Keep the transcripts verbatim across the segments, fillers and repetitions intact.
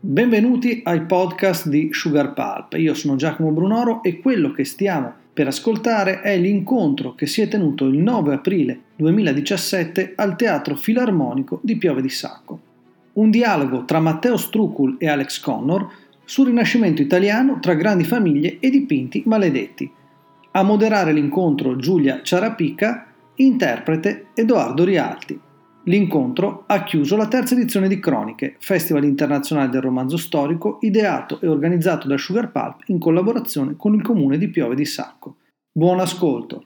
Benvenuti ai podcast di Sugar Pulp. Io sono Giacomo Brunoro e quello che stiamo per ascoltare è l'incontro che si è tenuto il nove aprile duemiladiciassette al Teatro Filarmonico di Pieve di Sacco. Un dialogo tra Matteo Strugul e Alex Connor sul Rinascimento italiano tra grandi famiglie e dipinti maledetti. A moderare l'incontro Giulia Ciarapica, interprete Edoardo Rialti. L'incontro ha chiuso la terza edizione di Croniche, Festival internazionale del romanzo storico, ideato e organizzato da Sugar Pulp in collaborazione con il comune di Pieve di Sacco. Buon ascolto!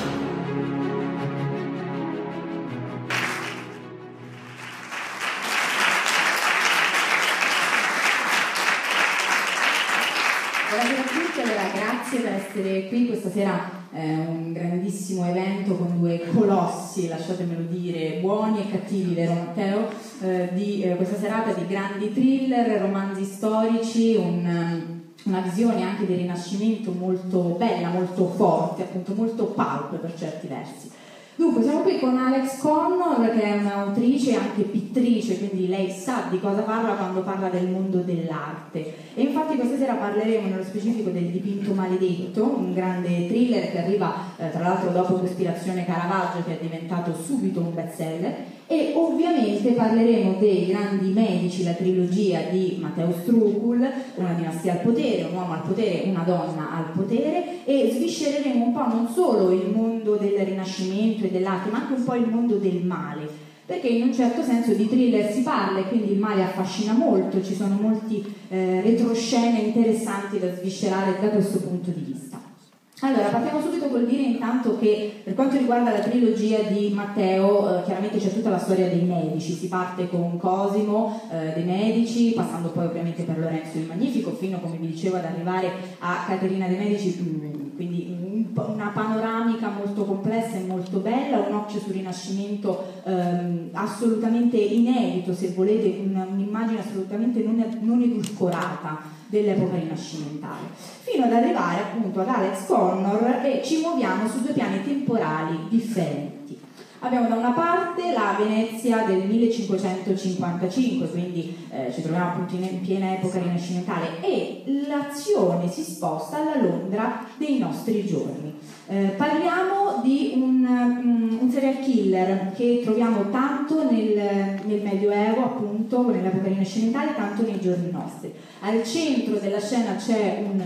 Buonasera a tutti, allora grazie per essere qui questa sera. È un grandissimo evento con due colossi, lasciatemelo dire, buoni e cattivi, vero Matteo? Eh, di eh, questa serata di grandi thriller, romanzi storici, un, una visione anche del Rinascimento molto bella, molto forte, appunto molto pulp per certi versi. Dunque, siamo qui con Alex Connor, che è un'autrice e anche pittrice, quindi lei sa di cosa parla quando parla del mondo dell'arte. E infatti questa sera parleremo nello specifico del Dipinto Maledetto, un grande thriller che arriva eh, tra l'altro dopo Cospirazione Caravaggio, che è diventato subito un bestseller, e ovviamente parleremo dei grandi medici, la trilogia di Matteo Strugul, una dinastia al potere, un uomo al potere, una donna al potere, e sviscereremo un po' non solo il mondo del Rinascimento e dell'arte, ma anche un po' il mondo del male, perché in un certo senso di thriller si parla e quindi il male affascina molto, ci sono molti eh, retroscene interessanti da sviscerare da questo punto di vista. Allora, partiamo subito col dire intanto che per quanto riguarda la trilogia di Matteo, eh, chiaramente c'è tutta la storia dei medici, si parte con Cosimo eh, dei Medici, passando poi ovviamente per Lorenzo il Magnifico, fino, come vi dicevo, ad arrivare a Caterina dei Medici, quindi una panoramica molto complessa e molto bella, un occhio sul Rinascimento ehm, assolutamente inedito, se volete, un'immagine assolutamente non, non edulcorata dell'epoca rinascimentale, fino ad arrivare appunto ad Alex Connor, e ci muoviamo su due piani temporali differenti. Abbiamo da una parte la Venezia del millecinquecentocinquantacinque, quindi eh, ci troviamo appunto in piena epoca rinascimentale, e l'azione si sposta alla Londra dei nostri giorni. Eh, parliamo di un, um, un serial killer che troviamo tanto nel, nel Medioevo, appunto, nell'epoca rinascimentale, tanto nei giorni nostri. Al centro della scena c'è un...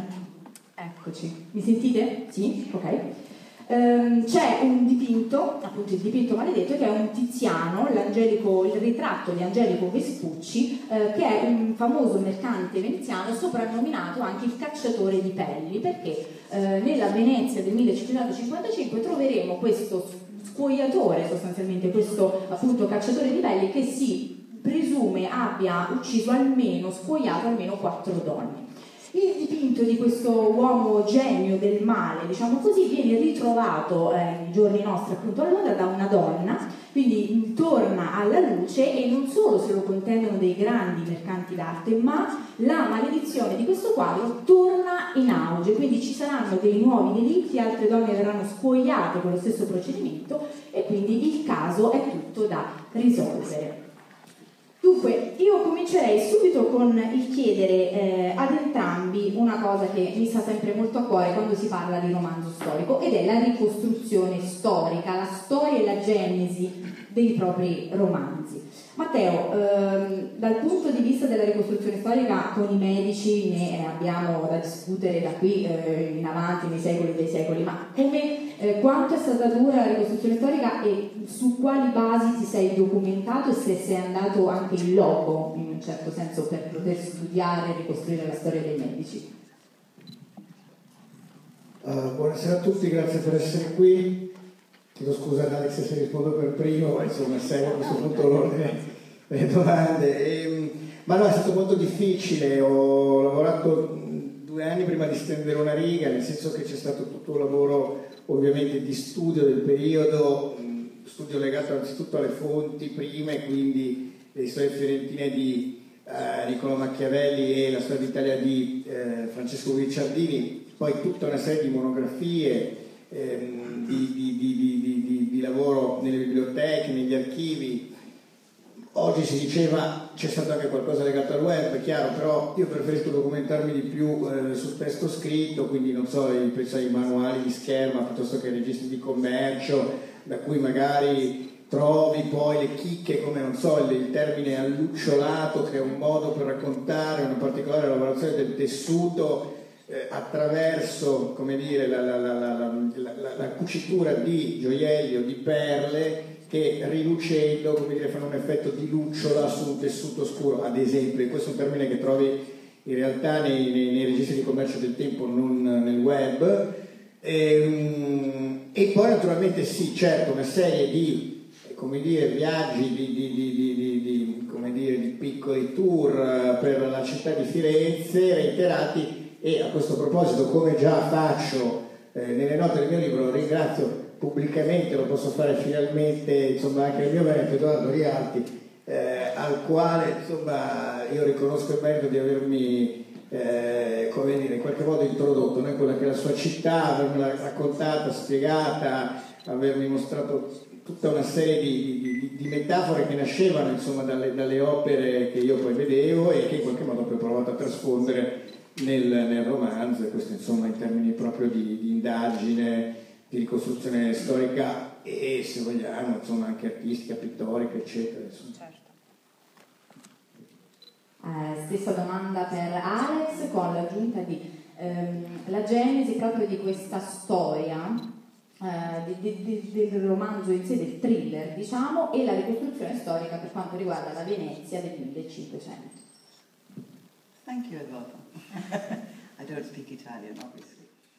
Eccoci, mi sentite? Sì? Ok. Um, c'è un dipinto, appunto il Dipinto Maledetto, che è un Tiziano, l'angelico, il ritratto di Angelico Vespucci, eh, che è un famoso mercante veneziano, soprannominato anche il cacciatore di pelli, perché eh, nella Venezia del millecinquecentocinquantacinque troveremo questo scuoiatore, sostanzialmente questo appunto cacciatore di pelli, che si presume abbia ucciso almeno, scuoiato almeno quattro donne. Il dipinto di questo uomo genio del male, diciamo così, viene ritrovato eh, nei giorni nostri appunto a Londra da una donna, quindi torna alla luce, e non solo se lo contendono dei grandi mercanti d'arte, ma la maledizione di questo quadro torna in auge, quindi ci saranno dei nuovi delitti, altre donne verranno scuoiate con lo stesso procedimento, e quindi il caso è tutto da risolvere. Dunque, io comincerei subito con il chiedere eh, ad entrambi una cosa che mi sta sempre molto a cuore quando si parla di romanzo storico, ed è la ricostruzione storica, la storia e la genesi dei propri romanzi. Matteo, ehm, dal punto di vista della ricostruzione storica, con i medici ne abbiamo da discutere da qui eh, in avanti, nei secoli dei secoli, ma come, eh, quanto è stata dura la ricostruzione storica e su quali basi ti sei documentato, e se sei andato anche in loco, in un certo senso, per poter studiare e ricostruire la storia dei medici? Uh, buonasera a tutti, grazie per essere qui. Chiedo scusa ad Alex se rispondo per primo, ma insomma seguo a questo punto l'ordine delle domande. E, ma no, è stato molto difficile, ho lavorato due anni prima di stendere una riga, nel senso che c'è stato tutto un lavoro ovviamente di studio del periodo, studio legato anzitutto alle fonti prime, quindi le storie fiorentine di eh, Niccolò Machiavelli e la storia d'Italia di eh, Francesco Guicciardini, poi tutta una serie di monografie, ehm, di, di, di, di, di, di lavoro nelle biblioteche, negli archivi, oggi si diceva c'è stato anche qualcosa legato al web, è chiaro, però io preferisco documentarmi di più eh, sul testo scritto, quindi non so, penso ai manuali di scherma piuttosto che ai registri di commercio, da cui magari trovi poi le chicche, come non so, il, il termine allucciolato, che è un modo per raccontare una particolare lavorazione del tessuto eh, attraverso, come dire, la, la, la, la, la, la, la cucitura di gioielli o di perle che rilucendo, come dire, fanno un effetto di lucciola su un tessuto scuro, ad esempio. Questo è un termine che trovi in realtà nei, nei, nei registri di commercio del tempo, non nel web. E, e poi naturalmente sì, certo, una serie di, come dire, viaggi, di, di, di, di, di, di, come dire, di piccoli tour per la città di Firenze, reiterati, e a questo proposito, come già faccio eh, nelle note del mio libro, ringrazio pubblicamente, lo posso fare finalmente, insomma, anche il mio Veneto, Edoardo Rialti, eh, al quale insomma io riconosco il merito di avermi eh, come dire, in qualche modo introdotto, no? Quella che è la sua città, avermela raccontata, spiegata, avermi mostrato tutta una serie di, di, di metafore che nascevano insomma dalle, dalle opere che io poi vedevo e che in qualche modo poi ho provato a trasfondere nel, nel romanzo, e questo insomma in termini proprio di, di indagine, di ricostruzione storica e, se vogliamo, insomma anche artistica, pittorica, eccetera. Certo. Eh, stessa domanda per Alex, con l'aggiunta di ehm, la genesi proprio di questa storia, eh, di, di, di, del romanzo in sé, del thriller, diciamo, e la ricostruzione storica per quanto riguarda la Venezia del millecinquecento. Thank you, Eduardo. I don't speak Italian, obviously.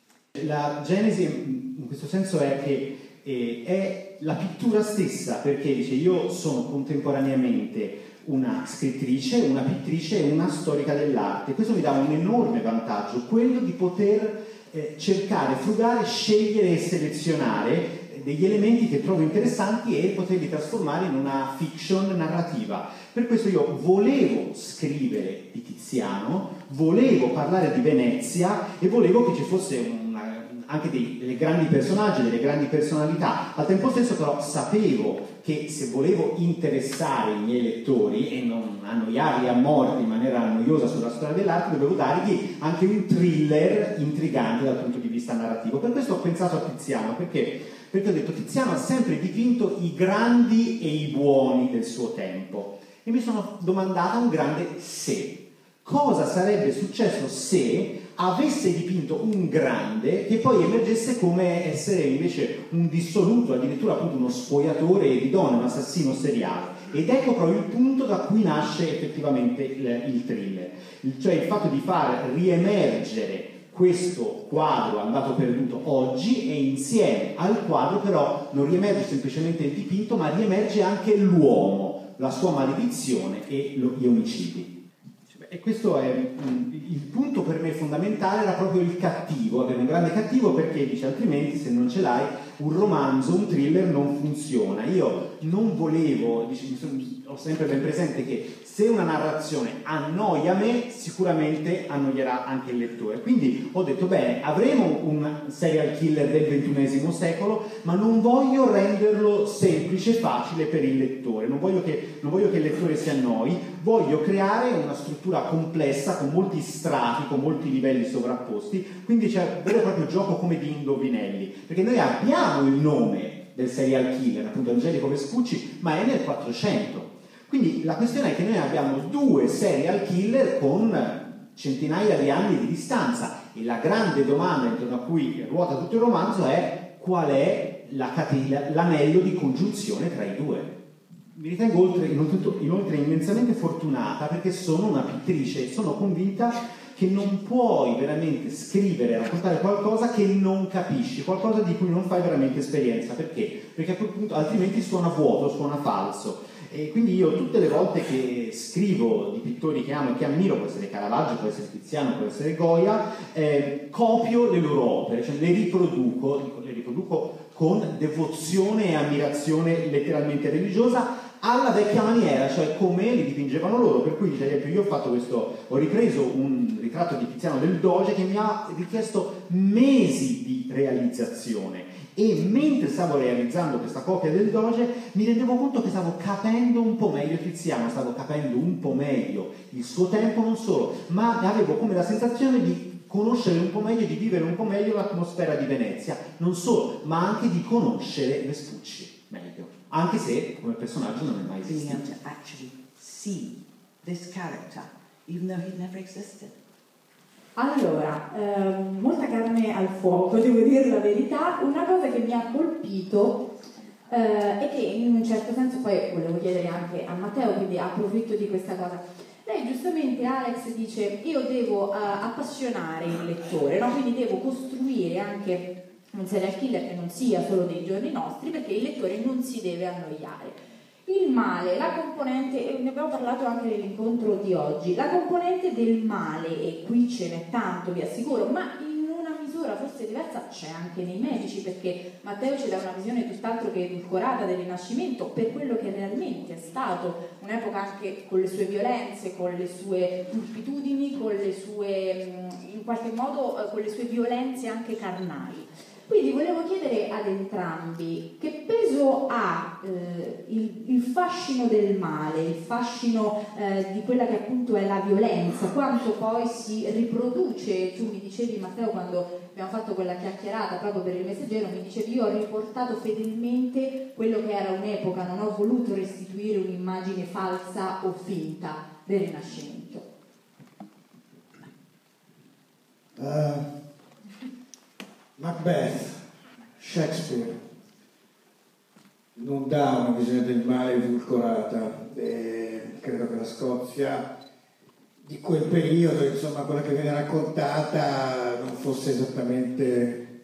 La genesi in questo senso è che eh, è la pittura stessa, perché dice io sono contemporaneamente una scrittrice, una pittrice e una storica dell'arte. Questo mi dà un enorme vantaggio, quello di poter eh, cercare, frugare, scegliere e selezionare degli elementi che trovo interessanti e poterli trasformare in una fiction narrativa. Per questo io volevo scrivere di Tiziano, volevo parlare di Venezia e volevo che ci fosse una, anche dei, dei grandi personaggi, delle grandi personalità. Al tempo stesso però sapevo che se volevo interessare i miei lettori e non annoiarli a morte in maniera noiosa sulla storia dell'arte, dovevo dargli anche un thriller intrigante dal punto di vista narrativo. Per questo ho pensato a Tiziano, perché, perché ho detto Tiziano ha sempre dipinto i grandi e i buoni del suo tempo. E mi sono domandata un grande se. Cosa sarebbe successo se avesse dipinto un grande che poi emergesse come essere invece un dissoluto, addirittura appunto uno spogliatore di donne, un assassino seriale? Ed ecco proprio il punto da cui nasce effettivamente il, il thriller, cioè il fatto di far riemergere questo quadro andato perduto oggi, e insieme al quadro però non riemerge semplicemente il dipinto, ma riemerge anche l'uomo, la sua maledizione e lo, gli omicidi. E questo è il punto per me fondamentale, era proprio il cattivo, avere un grande cattivo, perché dice altrimenti se non ce l'hai un romanzo, un thriller non funziona. Io non volevo, dice, ho sempre ben presente che se una narrazione annoia me sicuramente annoierà anche il lettore, quindi ho detto bene, avremo un serial killer del ventunesimo secolo, ma non voglio renderlo semplice e facile per il lettore, non voglio che, non voglio che il lettore si annoi, voglio creare una struttura complessa con molti strati, con molti livelli sovrapposti, quindi c'è un vero e proprio gioco come di indovinelli, perché noi abbiamo il nome del serial killer, appunto Angelico Vespucci, ma è nel quattrocento. Quindi la questione è che noi abbiamo due serial killer con centinaia di anni di distanza, e la grande domanda intorno a cui ruota tutto il romanzo è qual è la catena, l'anello di congiunzione tra i due. Mi ritengo oltre, inoltre immensamente fortunata perché sono una pittrice e sono convinta che non puoi veramente scrivere, raccontare qualcosa che non capisci, qualcosa di cui non fai veramente esperienza. Perché? Perché a quel punto altrimenti suona vuoto, suona falso. E quindi io tutte le volte che scrivo di pittori che amo e che ammiro, può essere Caravaggio, può essere Tiziano, può essere Goya, eh, copio le loro opere, cioè le riproduco, le riproduco con devozione e ammirazione letteralmente religiosa, alla vecchia maniera, cioè come li dipingevano loro. Per cui, ad esempio, io ho fatto questo, ho ripreso un ritratto di Tiziano del Doge che mi ha richiesto mesi di realizzazione, E mentre stavo realizzando questa copia del Doge mi rendevo conto che stavo capendo un po' meglio Tiziano, stavo capendo un po' meglio il suo tempo, non solo, ma avevo come la sensazione di conoscere un po' meglio, di vivere un po' meglio l'atmosfera di Venezia, non solo, ma anche di conoscere Vespucci meglio, anche se come personaggio non è mai Being able esistito. to actually see this character, even though he'd never existed. Allora, ehm, molta carne al fuoco, devo dire la verità. Una cosa che mi ha colpito eh, e che in un certo senso poi volevo chiedere anche a Matteo, quindi approfitto di questa cosa. Lei giustamente, Alex, dice io devo uh, appassionare il lettore, no? Quindi devo costruire anche un serial killer che non sia solo dei giorni nostri, perché il lettore non si deve annoiare. Il male, la componente, ne abbiamo parlato anche nell'incontro di oggi, la componente del male, e qui ce n'è tanto, vi assicuro, ma in una misura forse diversa c'è anche nei medici, perché Matteo ci dà una visione tutt'altro che edulcorata del Rinascimento per quello che realmente è stato, un'epoca anche con le sue violenze, con le sue turpitudini, con le sue, in qualche modo, con le sue violenze anche carnali. Quindi volevo chiedere ad entrambi che peso ha eh, il, il fascino del male, il fascino eh, di quella che appunto è la violenza, quanto poi si riproduce. Tu mi dicevi, Matteo, quando abbiamo fatto quella chiacchierata proprio per il Messaggero, mi dicevi io ho riportato fedelmente quello che era un'epoca, non ho voluto restituire un'immagine falsa o finta del Rinascimento. Uh. Macbeth, Shakespeare, non dà una visione del male edulcorata, e credo che la Scozia di quel periodo, insomma, quella che viene raccontata non fosse esattamente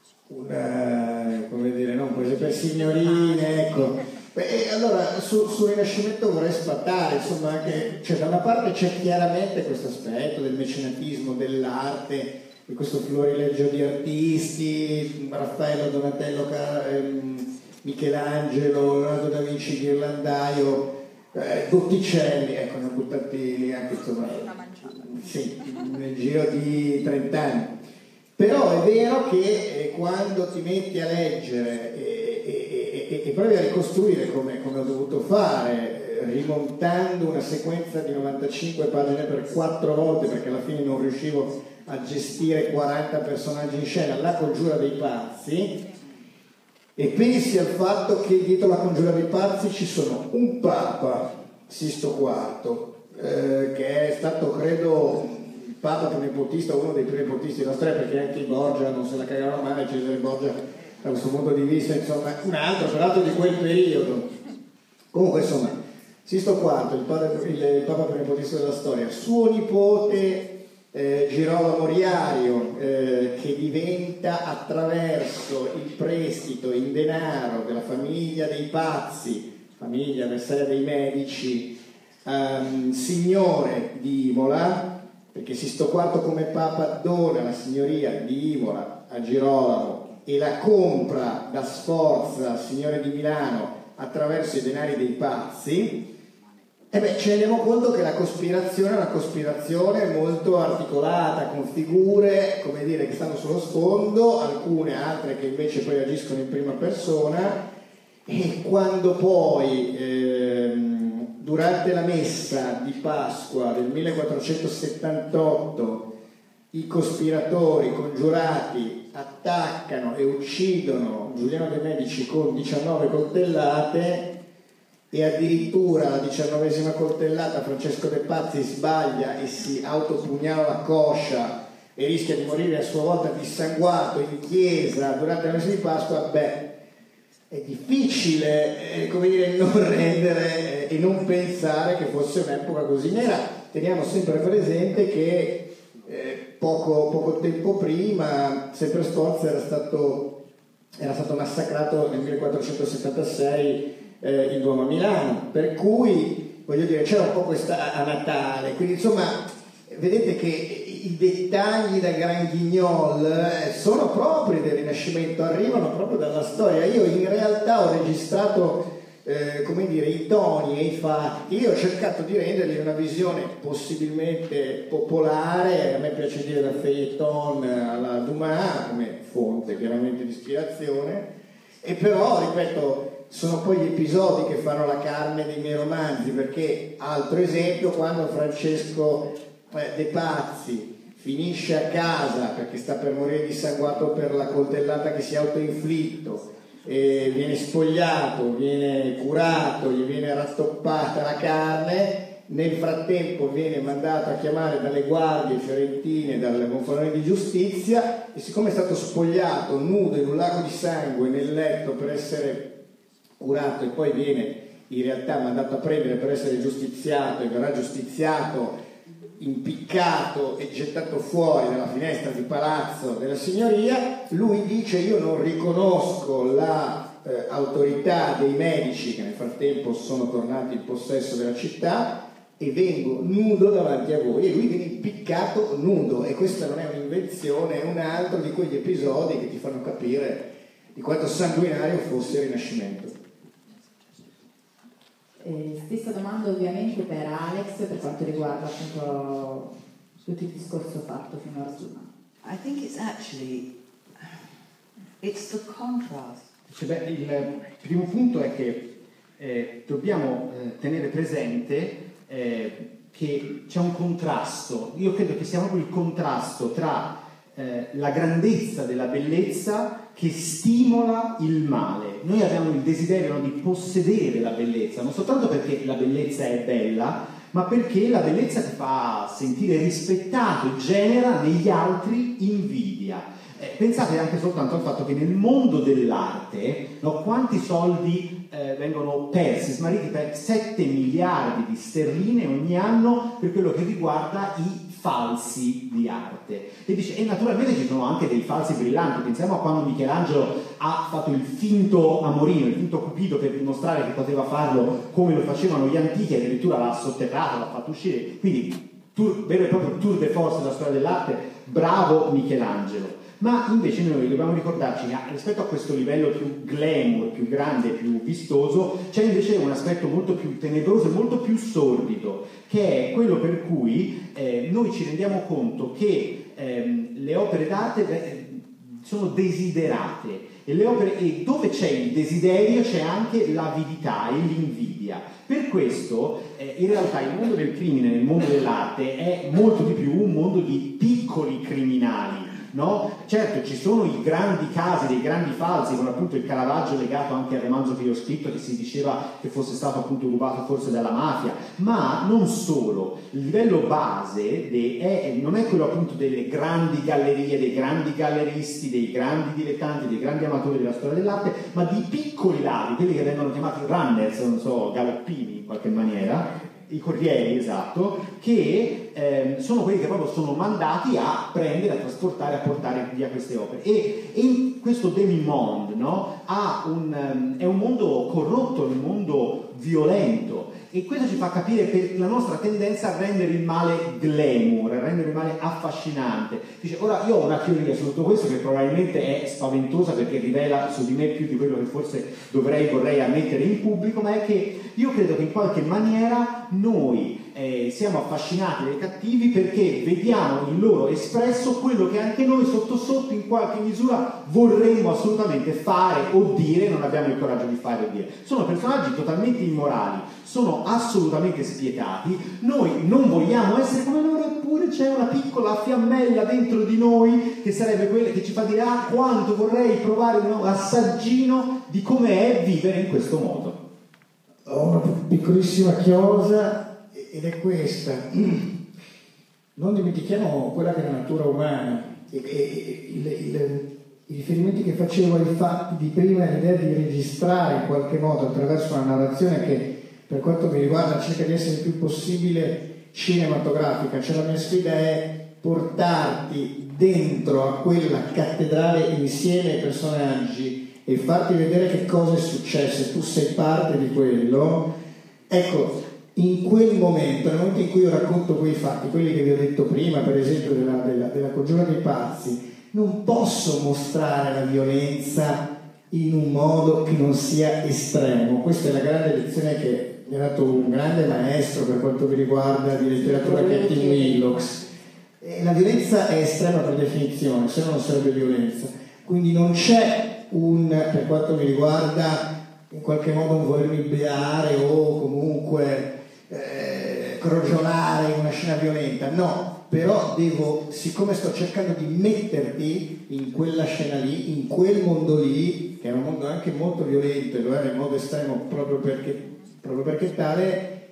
una, come dire, no, un paese per signorine, ecco. Beh, allora su, sul Rinascimento vorrei sfatare, insomma, che cioè, da una parte c'è chiaramente questo aspetto del mecenatismo, dell'arte, di questo florileggio di artisti, Raffaello, Donatello, ehm, Michelangelo, Leonardo da Vinci, Ghirlandaio, eh, Botticelli, ecco, ne ho buttati lì anche, insomma, sì, nel giro di trent'anni. Però è vero che eh, quando ti metti a leggere e, e, e, e provi a ricostruire come, come ho dovuto fare, eh, rimontando una sequenza di novantacinque pagine per quattro volte, perché alla fine non riuscivo a gestire quaranta personaggi in scena, la congiura dei pazzi, e pensi al fatto che dietro la congiura dei pazzi ci sono un papa, Sisto quarto, eh, che è stato, credo, il papa prenepotista, uno dei prenipotisti della storia, perché anche i Borgia non se la cagavano male, Cesare Borgia da questo punto di vista, insomma, un altro, peraltro di quel periodo. Comunque, insomma, Sisto quarto, il, padre, il, il papa prenepotista della storia, suo nipote Eh, Girolamo Riario, eh, che diventa attraverso il prestito in denaro della famiglia dei pazzi, famiglia avversaria dei Medici, ehm, signore di Imola, perché Sisto quarto come papa dona la signoria di Imola a Girolamo e la compra da Sforza, signore di Milano, attraverso i denari dei pazzi. E beh, ci rendiamo conto che la cospirazione è una cospirazione molto articolata, con figure, come dire, che stanno sullo sfondo, alcune altre che invece poi agiscono in prima persona, e quando poi ehm, durante la messa di Pasqua del millequattrocentosettantotto i cospiratori congiurati attaccano e uccidono Giuliano de' Medici con diciannove coltellate, e addirittura la diciannovesima coltellata Francesco De Pazzi sbaglia e si autopugnala la coscia e rischia di morire a sua volta dissanguato in chiesa durante la messa di Pasqua, beh, è difficile eh, come dire, non rendere eh, e non pensare che fosse un'epoca così nera. Teniamo sempre presente che eh, poco, poco tempo prima sempre Sforza era stato, era stato massacrato nel millequattrocentosettantasei Eh, il Duomo a Milano, per cui voglio dire c'era un po' questa a Natale, quindi insomma vedete che i dettagli da Grand Guignol eh, sono propri del Rinascimento, arrivano proprio dalla storia. Io in realtà ho registrato eh, come dire, i toni e i fatti. Io ho cercato di rendergli una visione possibilmente popolare, a me piace dire da feuilleton alla Dumas come fonte chiaramente di ispirazione, e però, ripeto, sono poi gli episodi che fanno la carne dei miei romanzi, perché altro esempio, quando Francesco eh, De Pazzi finisce a casa perché sta per morire dissanguato per la coltellata che si è autoinflitto, e viene spogliato, viene curato, gli viene rattoppata la carne, nel frattempo viene mandato a chiamare dalle guardie fiorentine, dal gonfalone di giustizia, e siccome è stato spogliato nudo in un lago di sangue nel letto per essere curato, e poi viene in realtà mandato a prendere per essere giustiziato, e verrà giustiziato impiccato e gettato fuori dalla finestra di palazzo della signoria, lui dice: io non riconosco la eh, autorità dei medici che nel frattempo sono tornati in possesso della città e vengo nudo davanti a voi, e lui viene impiccato nudo. E questa non è un'invenzione, è un altro di quegli episodi che ti fanno capire di quanto sanguinario fosse il Rinascimento. Eh, stessa domanda ovviamente per Alex per quanto riguarda appunto tutto il discorso fatto finora sul mare. I think it's actually it's the contrast. Cioè, beh, il primo punto è che eh, dobbiamo eh, tenere presente eh, che c'è un contrasto. Io credo che sia proprio il contrasto tra eh, la grandezza della bellezza che stimola il male. Noi abbiamo il desiderio di possedere la bellezza, non soltanto perché la bellezza è bella, ma perché la bellezza ti fa sentire rispettato e genera negli altri invidia. Eh, pensate anche soltanto al fatto che nel mondo dell'arte, no, quanti soldi eh, vengono persi, smarriti per sette miliardi di sterline ogni anno per quello che riguarda i falsi di arte. E dice, e naturalmente ci sono anche dei falsi brillanti. Pensiamo a quando Michelangelo ha fatto il finto Amorino, il finto Cupido, per dimostrare che poteva farlo come lo facevano gli antichi, e addirittura l'ha sotterrato, l'ha fatto uscire. Quindi tour, vero e proprio tour de force della storia dell'arte, bravo Michelangelo. Ma invece noi dobbiamo ricordarci che rispetto a questo livello più glamour, più grande, più vistoso, c'è invece un aspetto molto più tenebroso e molto più sordido, che è quello per cui eh, noi ci rendiamo conto che ehm, le opere d'arte eh, sono desiderate, e, le opere, e dove c'è il desiderio c'è anche l'avidità e l'invidia. Per questo eh, in realtà il mondo del crimine, il mondo dell'arte, è molto di più un mondo di piccoli criminali. No? Certo, ci sono i grandi casi dei grandi falsi, come appunto il Caravaggio legato anche al romanzo che io ho scritto, che si diceva che fosse stato appunto rubato forse dalla mafia, ma non solo. Il livello base de, è, non è quello appunto delle grandi gallerie, dei grandi galleristi, dei grandi dilettanti, dei grandi amatori della storia dell'arte, ma di piccoli ladri, quelli che vengono chiamati runners, non so, galoppini in qualche maniera, i corrieri, esatto, che eh, sono quelli che proprio sono mandati a prendere, a trasportare, a portare via queste opere. E, e in questo demi-monde, no, ha un, um, è un mondo corrotto, un mondo violento, e questo ci fa capire per la nostra tendenza a rendere il male glamour, a rendere il male affascinante. Dice, ora io ho una teoria su tutto questo che probabilmente è spaventosa perché rivela su di me più di quello che forse dovrei, vorrei ammettere in pubblico, ma è che io credo che in qualche maniera noi eh, siamo affascinati dai cattivi perché vediamo in loro espresso quello che anche noi sotto sotto in qualche misura vorremmo assolutamente fare o dire, non abbiamo il coraggio di fare o dire. Sono personaggi totalmente immorali, sono assolutamente spietati, noi non vogliamo essere come loro, eppure c'è una piccola fiammella dentro di noi che sarebbe quella che ci fa dire: ah, quanto vorrei provare un assaggino di come è vivere in questo modo. Ho una piccolissima chiosa ed è questa: non dimentichiamo quella che è la natura umana, e, e, il, il, i riferimenti che facevo ai fatti di prima, l'idea di registrare in qualche modo attraverso una narrazione che per quanto mi riguarda cerca di essere il più possibile cinematografica, cioè la mia sfida è portarti dentro a quella cattedrale insieme ai personaggi e farti vedere che cosa è successo, tu sei parte di quello. Ecco, in quel momento, nel momento in cui io racconto quei fatti, quelli che vi ho detto prima, per esempio della, della, della congiura dei pazzi, non posso mostrare la violenza in un modo che non sia estremo. Questa è la grande lezione che mi ha dato un grande maestro per quanto mi riguarda di letteratura, che è Tim Willox. E la violenza è estrema per definizione, se no non sarebbe violenza. Quindi non c'è un, per quanto mi riguarda, in qualche modo un volermi beare o comunque eh, crogiolare in una scena violenta, no. Però devo, siccome sto cercando di metterti in quella scena lì, in quel mondo lì, che è un mondo anche molto violento, e lo era in modo estremo proprio perché, proprio perché tale,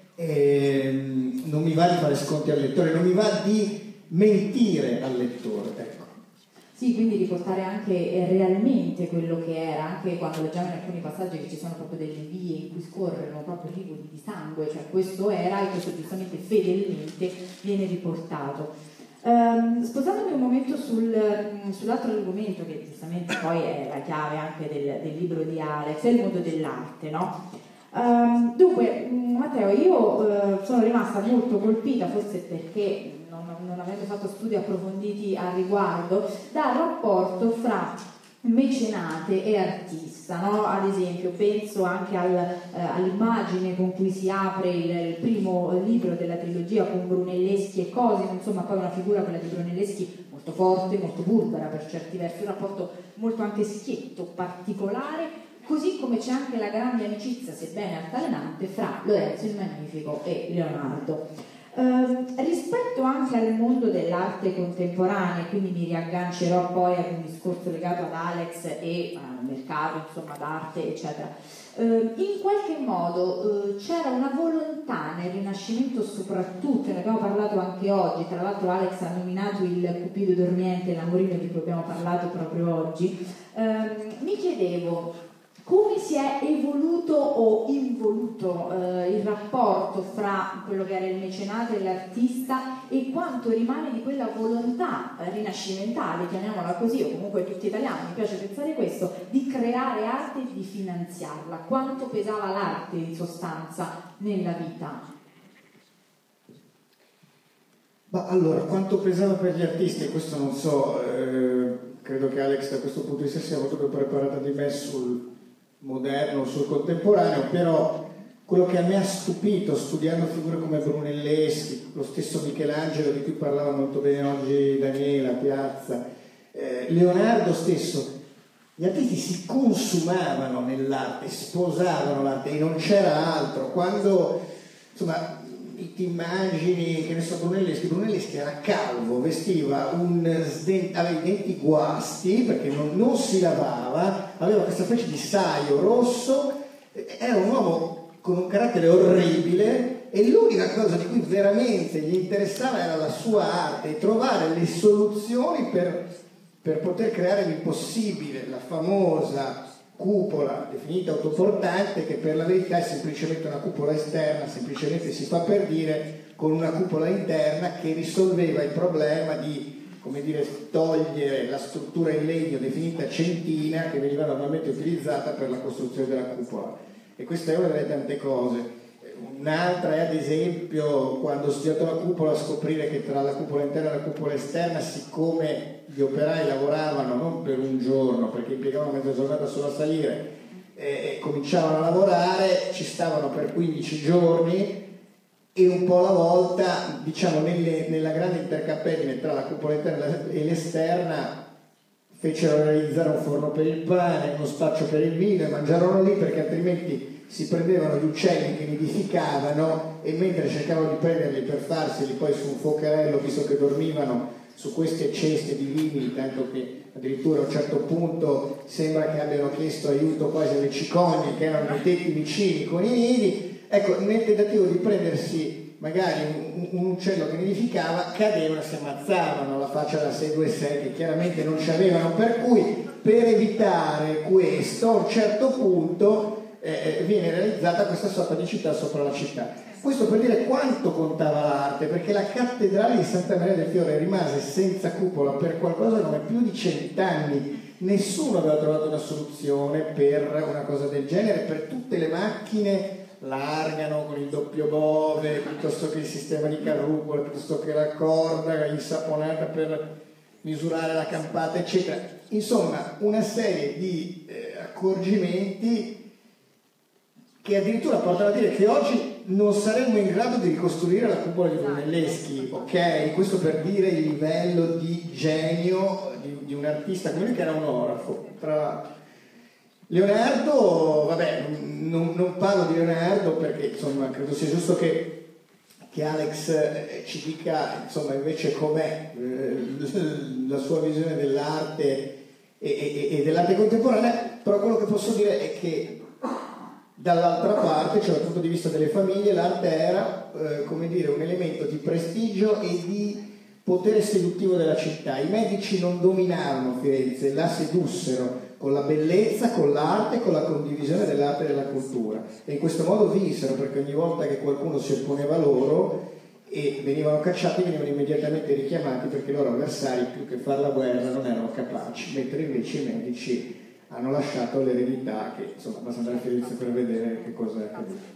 ehm, non mi va di fare sconti al lettore, non mi va di mentire al lettore, ecco. Sì, quindi riportare anche realmente quello che era, anche quando leggiamo in alcuni passaggi che ci sono proprio delle vie in cui scorrono proprio rivoli di sangue, cioè questo era e questo giustamente fedelmente viene riportato. Um, sposandomi un momento sul, sull'altro argomento che giustamente poi è la chiave anche del, del libro di Alex, è il mondo dell'arte, no? Um, dunque, Matteo, io uh, sono rimasta molto colpita, forse perché non, non avendo fatto studi approfonditi al riguardo, dal rapporto fra mecenate e artista, no? Ad esempio penso anche al, eh, all'immagine con cui si apre il, il primo libro della trilogia con Brunelleschi e Cosimo, insomma poi una figura, quella di Brunelleschi, molto forte, molto burbera per certi versi, un rapporto molto anche schietto, particolare, così come c'è anche la grande amicizia, sebbene altalenante, fra Lorenzo il Magnifico e Leonardo. Uh, rispetto anche al mondo dell'arte contemporanea, quindi mi riaggancerò poi ad un discorso legato ad Alex e al mercato, insomma, d'arte, eccetera. Uh, in qualche modo uh, c'era una volontà nel Rinascimento, soprattutto, ne abbiamo parlato anche oggi, tra l'altro Alex ha nominato il Cupido dormiente, l'amorino di cui abbiamo parlato proprio oggi. Uh, mi chiedevo come si è evoluto o involuto eh, il rapporto fra quello che era il mecenato e l'artista e quanto rimane di quella volontà eh, rinascimentale, chiamiamola così, o comunque tutti italiani, mi piace pensare questo, di creare arte e di finanziarla. Quanto pesava l'arte in sostanza nella vita? Ma allora, quanto pesava per gli artisti, questo non so, eh, credo che Alex da questo punto di vista sia molto più preparata di me sul moderno, sul contemporaneo, però quello che a me ha stupito studiando figure come Brunelleschi, lo stesso Michelangelo di cui parlava molto bene oggi Daniela Piazza, eh, Leonardo stesso, gli artisti si consumavano nell'arte, sposavano l'arte e non c'era altro. Quando insomma ti immagini, che ne so, Brunelleschi, Brunelleschi era calvo, vestiva un sden- aveva i denti guasti perché non, non si lavava, aveva questa specie di saio rosso, era un uomo con un carattere orribile e l'unica cosa di cui veramente gli interessava era la sua arte e trovare le soluzioni per, per poter creare l'impossibile, la famosa cupola definita autoportante, che per la verità è semplicemente una cupola esterna, semplicemente si fa per dire, con una cupola interna che risolveva il problema di, come dire, togliere la struttura in legno definita centina che veniva normalmente utilizzata per la costruzione della cupola. E questa è una delle tante cose. Un'altra è ad esempio quando ho studiato la cupola scoprire che tra la cupola interna e la cupola esterna, siccome gli operai lavoravano non per un giorno perché impiegavano mezza giornata solo a salire e cominciavano a lavorare, ci stavano per quindici giorni e un po' alla volta, diciamo nelle, nella grande intercappelline tra la cupola interna e l'esterna, fecero realizzare un forno per il pane, uno spaccio per il vino e mangiarono lì perché altrimenti si prendevano gli uccelli che nidificavano e mentre cercavano di prenderli per farseli poi su un focherello, visto che dormivano su queste ceste di vini, tanto che addirittura a un certo punto sembra che abbiano chiesto aiuto quasi alle cicogne che erano nei tetti vicini con i nidi. Ecco, nel tentativo di prendersi magari un, un uccello che nidificava, cadevano e si ammazzavano alla faccia da sei due sei che chiaramente non ci avevano, per cui per evitare questo a un certo punto Eh, viene realizzata questa sorta di città sopra la città. Questo per dire quanto contava l'arte, perché la cattedrale di Santa Maria del Fiore rimase senza cupola per qualcosa come più di cent'anni. Nessuno aveva trovato una soluzione per una cosa del genere, per tutte le macchine, l'argano con il doppio bove, piuttosto che il sistema di carrucole, piuttosto che la corda insaponata per misurare la campata, eccetera. Insomma, una serie di eh, accorgimenti che addirittura portano a dire che oggi non saremmo in grado di ricostruire la cupola di Brunelleschi, ok? Questo per dire il livello di genio di, di un artista come lui, che era un orafo. Tra Leonardo, vabbè, non, non parlo di Leonardo perché insomma credo sia giusto che che Alex eh, ci dica insomma invece com'è eh, la sua visione dell'arte e, e, e dell'arte contemporanea, però quello che posso dire è che dall'altra parte, cioè dal punto di vista delle famiglie, l'arte era eh, come dire un elemento di prestigio e di potere seduttivo della città. I Medici non dominarono Firenze, la sedussero con la bellezza, con l'arte, con la condivisione dell'arte e della cultura, e in questo modo vinsero, perché ogni volta che qualcuno si opponeva loro e venivano cacciati venivano immediatamente richiamati, perché i loro avversari più che fare la guerra non erano capaci, mentre invece i Medici hanno lasciato l'eredità che insomma basta andare a Firenze per vedere che cosa è accaduto.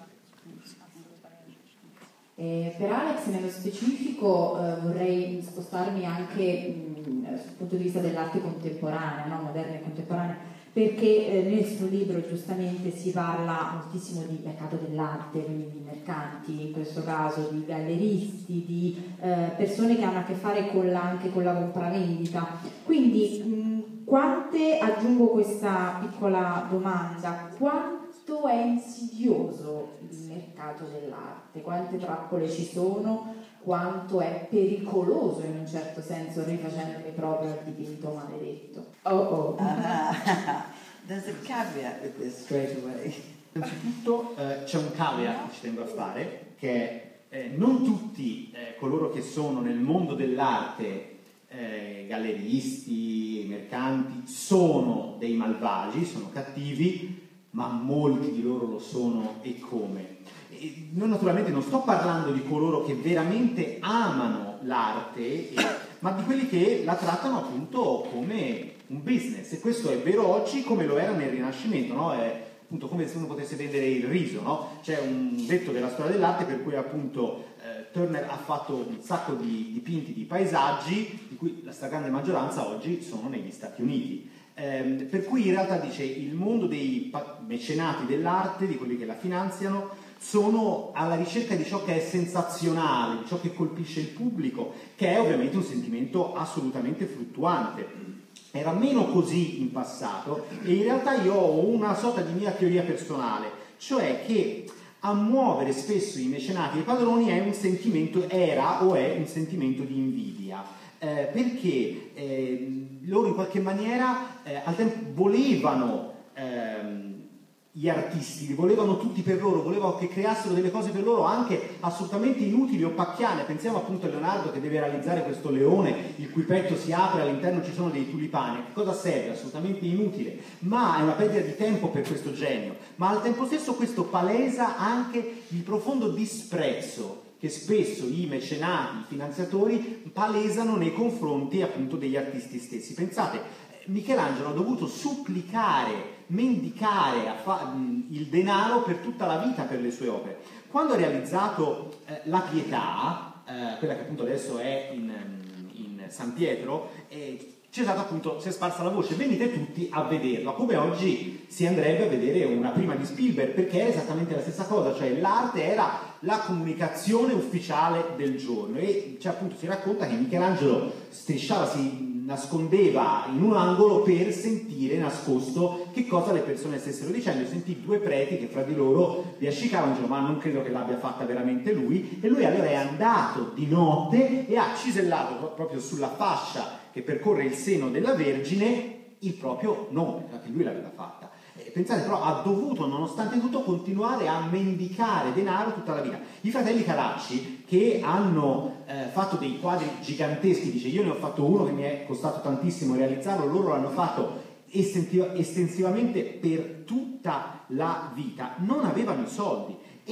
Eh, per Alex nello specifico eh, vorrei spostarmi anche mh, sul punto di vista dell'arte contemporanea, no? Moderna e contemporanea, perché eh, nel suo libro giustamente si parla moltissimo di mercato dell'arte, quindi di mercanti, in questo caso di galleristi, di eh, persone che hanno a che fare con la, anche con la compravendita. Quindi mh, quante, aggiungo questa piccola domanda, quante è insidioso il mercato dell'arte, quante trappole ci sono, quanto è pericoloso in un certo senso, rifacendomi proprio al dipinto maledetto. Oh oh. Uh, there's a caveat with this straight away. Innanzitutto eh, c'è un caveat che ci tengo a fare, che è eh, non tutti eh, coloro che sono nel mondo dell'arte, eh, galleristi, mercanti, sono dei malvagi, sono cattivi, ma molti di loro lo sono, e come. E non, naturalmente non sto parlando di coloro che veramente amano l'arte, e, ma di quelli che la trattano appunto come un business, e questo è vero oggi come lo era nel Rinascimento, no? È appunto come se uno potesse vendere il riso, no? C'è un detto della storia dell'arte per cui appunto eh, Turner ha fatto un sacco di dipinti di paesaggi, di cui la stragrande maggioranza oggi sono negli Stati Uniti. Eh, per cui in realtà dice il mondo dei mecenati dell'arte, di quelli che la finanziano, sono alla ricerca di ciò che è sensazionale, di ciò che colpisce il pubblico, che è ovviamente un sentimento assolutamente fluttuante. Era meno così in passato, e in realtà io ho una sorta di mia teoria personale, cioè che a muovere spesso i mecenati e i padroni è un sentimento, era o è un sentimento di invidia, eh, perché eh, loro in qualche maniera eh, al tempo volevano ehm, gli artisti, li volevano tutti per loro, volevano che creassero delle cose per loro anche assolutamente inutili o pacchiane. Pensiamo appunto a Leonardo che deve realizzare questo leone il cui petto si apre, all'interno ci sono dei tulipani. Che cosa serve? Assolutamente inutile, ma è una perdita di tempo per questo genio. Ma al tempo stesso questo palesa anche il profondo disprezzo che spesso i mecenati, i finanziatori palesano nei confronti appunto degli artisti stessi. Pensate, Michelangelo ha dovuto supplicare, mendicare a fa- il denaro per tutta la vita per le sue opere. Quando ha realizzato eh, la Pietà, eh, quella che appunto adesso è in, in San Pietro, eh, c'è stata appunto, si è sparsa la voce, venite tutti a vederla, come oggi si andrebbe a vedere una prima di Spielberg, perché è esattamente la stessa cosa, cioè l'arte era la comunicazione ufficiale del giorno, e cioè, appunto si racconta che Michelangelo strisciava, si nascondeva in un angolo per sentire nascosto che cosa le persone stessero dicendo. Sentì due preti che fra di loro biascicavano, dicevano ma non credo che l'abbia fatta veramente lui, e lui allora è andato di notte e ha cisellato proprio sulla fascia che percorre il seno della Vergine il proprio nome, che lui l'aveva fatta. E pensate, però ha dovuto nonostante tutto continuare a mendicare denaro tutta la vita. I fratelli Caracci, che hanno eh, fatto dei quadri giganteschi, dice io ne ho fatto uno che mi è costato tantissimo realizzarlo, loro l'hanno fatto estensivamente per tutta la vita, non avevano i soldi,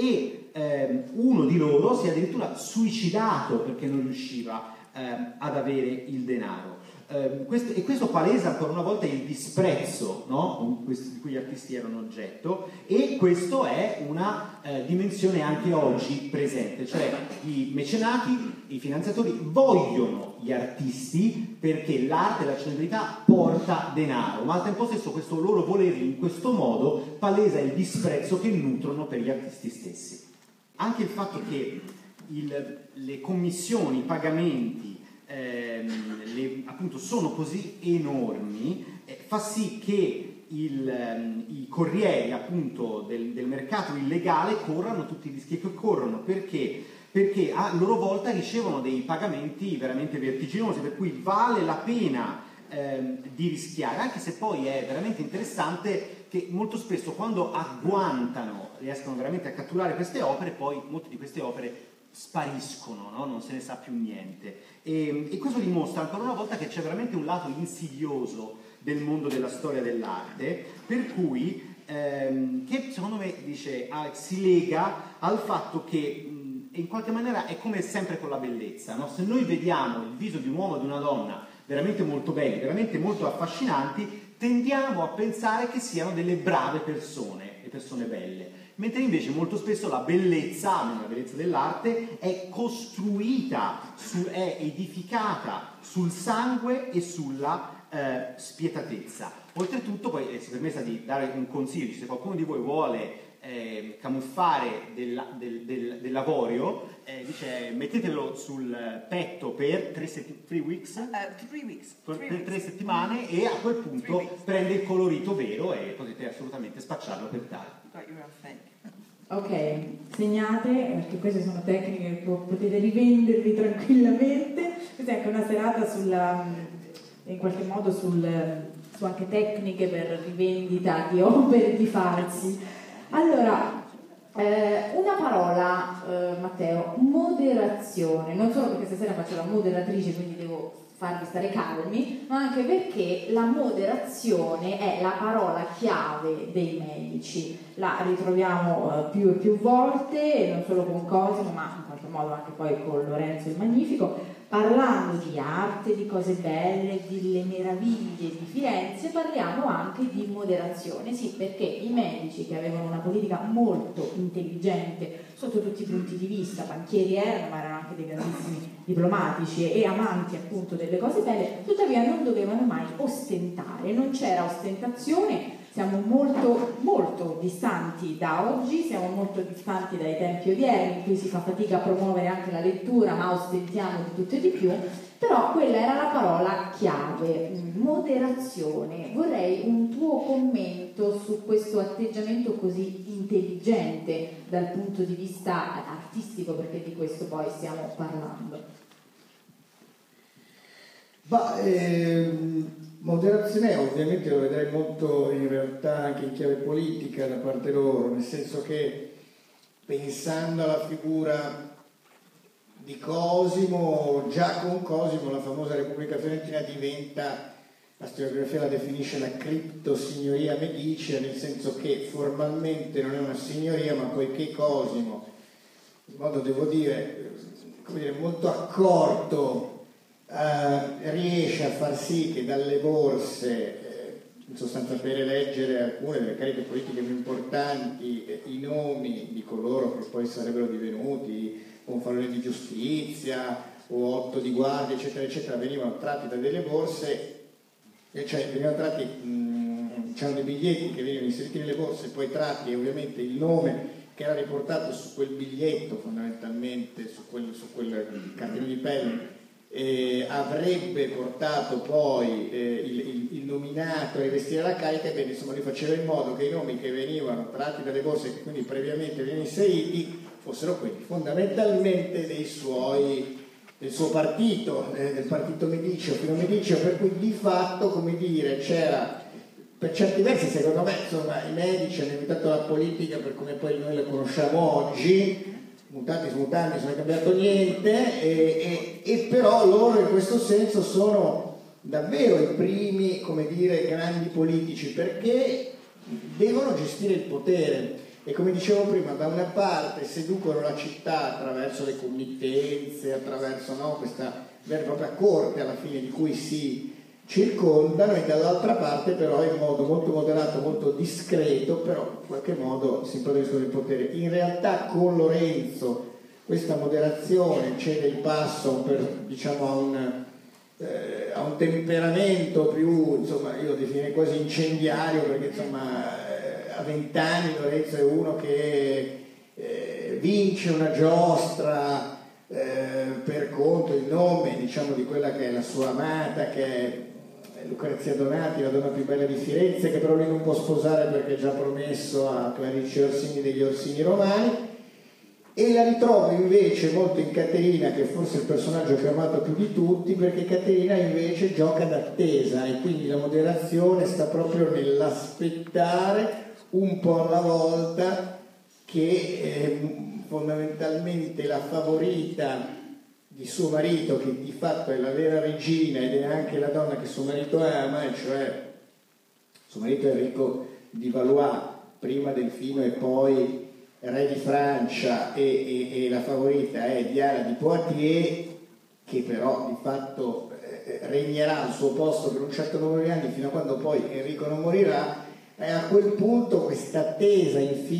e eh, uno di loro si è addirittura suicidato perché non riusciva eh, ad avere il denaro. Eh, questo, e questo palesa ancora una volta il disprezzo, no? Con questi, di cui gli artisti erano oggetto, e questo è una eh, dimensione anche oggi presente, cioè i mecenati, i finanziatori vogliono gli artisti perché l'arte e la celebrità porta denaro, ma al tempo stesso questo loro volerli in questo modo palesa il disprezzo che nutrono per gli artisti stessi. Anche il fatto che il, le commissioni, i pagamenti ehm, le, appunto sono così enormi eh, fa sì che il, ehm, i corrieri appunto del, del mercato illegale corrano tutti i rischi che corrono, perché perché a loro volta ricevono dei pagamenti veramente vertiginosi, per cui vale la pena ehm, di rischiare, anche se poi è veramente interessante che molto spesso quando agguantano, riescono veramente a catturare queste opere, poi molte di queste opere spariscono, no? Non se ne sa più niente. E, e questo dimostra ancora una volta che c'è veramente un lato insidioso del mondo della storia dell'arte, per cui ehm, che secondo me, dice Alex, si lega al fatto che mh, in qualche maniera è come sempre con la bellezza, no? Se noi vediamo il viso di un uomo o di una donna veramente molto belli, veramente molto affascinanti, tendiamo a pensare che siano delle brave persone e persone belle, mentre invece molto spesso la bellezza, la bellezza dell'arte, è costruita, su, è edificata sul sangue e sulla eh, spietatezza. Oltretutto, poi eh, si è permessa di dare un consiglio, se qualcuno di voi vuole eh, camuffare del, del, del, dell'avorio, eh, dice mettetelo sul petto per tre, setti- three weeks, Uh, three weeks. per, Three per weeks. tre settimane, e a quel punto prende il colorito vero e potete assolutamente spacciarlo per tale. Got your own fake. Ok, segnate, perché queste sono tecniche che potete rivendervi tranquillamente. Questa è anche una serata sulla, in qualche modo sul, su anche tecniche per rivendita di opere di falsi. Allora, eh, una parola, eh, Matteo, moderazione, non solo perché stasera faccio la moderatrice, quindi devo farvi stare calmi, ma anche perché la moderazione è la parola chiave dei medici. La ritroviamo eh, più e più volte, non solo con Cosimo, ma in qualche modo anche poi con Lorenzo il Magnifico, parlando di arte, di cose belle, delle meraviglie di Firenze, parliamo anche di moderazione, sì, perché i medici, che avevano una politica molto intelligente sotto tutti i punti di vista, banchieri erano, ma erano anche dei grandissimi diplomatici e amanti appunto delle cose belle, tuttavia non dovevano mai ostentare, non c'era ostentazione. Siamo molto, molto distanti da oggi, siamo molto distanti dai tempi odierni in cui si fa fatica a promuovere anche la lettura, ma ostentiamo di tutto e di più, però quella era la parola chiave, moderazione. Vorrei un tuo commento su questo atteggiamento così intelligente dal punto di vista artistico, perché di questo poi stiamo parlando. Ma ehm, moderazione ovviamente lo vedrei molto in realtà anche in chiave politica da parte loro, nel senso che pensando alla figura di Cosimo, già con Cosimo la famosa Repubblica Fiorentina diventa, la storiografia la definisce la criptosignoria medicea, nel senso che formalmente non è una signoria, ma poiché Cosimo, in modo devo dire, come dire molto accorto, Uh, riesce a far sì che dalle borse, eh, in sostanza per eleggere alcune delle cariche politiche più importanti, eh, i nomi di coloro che poi sarebbero divenuti gonfaloni di giustizia o otto di guardia, eccetera, eccetera, venivano tratti da delle borse, eh, cioè venivano tratti, mh, c'erano dei biglietti che venivano inseriti nelle borse, poi tratti e ovviamente il nome che era riportato su quel biglietto, fondamentalmente su quel, su quel cartellino di pelle, Eh, avrebbe portato poi eh, il, il, il nominato a rivestire la carica. Ebbene, insomma, lui faceva in modo che i nomi che venivano tratti dalle borse, che quindi previamente venivano inseriti, fossero quelli fondamentalmente dei suoi, del suo partito, eh, del partito Medicio, Fino Medicio, per cui di fatto, come dire, c'era, per certi versi, secondo me, insomma, i medici hanno inventato la politica per come poi noi la conosciamo oggi, mutati smutati, non è cambiato niente, e, e, e però loro in questo senso sono davvero i primi, come dire, grandi politici, perché devono gestire il potere e, come dicevo prima, da una parte seducono la città attraverso le committenze, attraverso, no, questa vera e propria corte alla fine di cui si circondano, e dall'altra parte però in modo molto moderato, molto discreto, però in qualche modo si impadroniscono il potere. In realtà con Lorenzo questa moderazione cede il passo per, diciamo, a un, eh, a un temperamento più, insomma, io lo definirei quasi incendiario, perché insomma eh, a vent'anni Lorenzo è uno che eh, vince una giostra eh, per conto, in nome, diciamo, di quella che è la sua amata, che è Lucrezia Donati, la donna più bella di Firenze, che però lui non può sposare perché è già promesso a Clarice Orsini degli Orsini Romani. E la ritrovo invece molto in Caterina, che è forse il personaggio che ho amato più di tutti, perché Caterina invece gioca d'attesa, e quindi la moderazione sta proprio nell'aspettare un po' alla volta che eh, fondamentalmente la favorita di suo marito, che di fatto è la vera regina ed è anche la donna che suo marito ama, e cioè suo marito è Enrico di Valois, prima Delfino e poi re di Francia, e, e, e la favorita è Diana di Poitiers, che però di fatto eh, regnerà al suo posto per un certo numero di anni fino a quando poi Enrico non morirà. E a quel punto questa attesa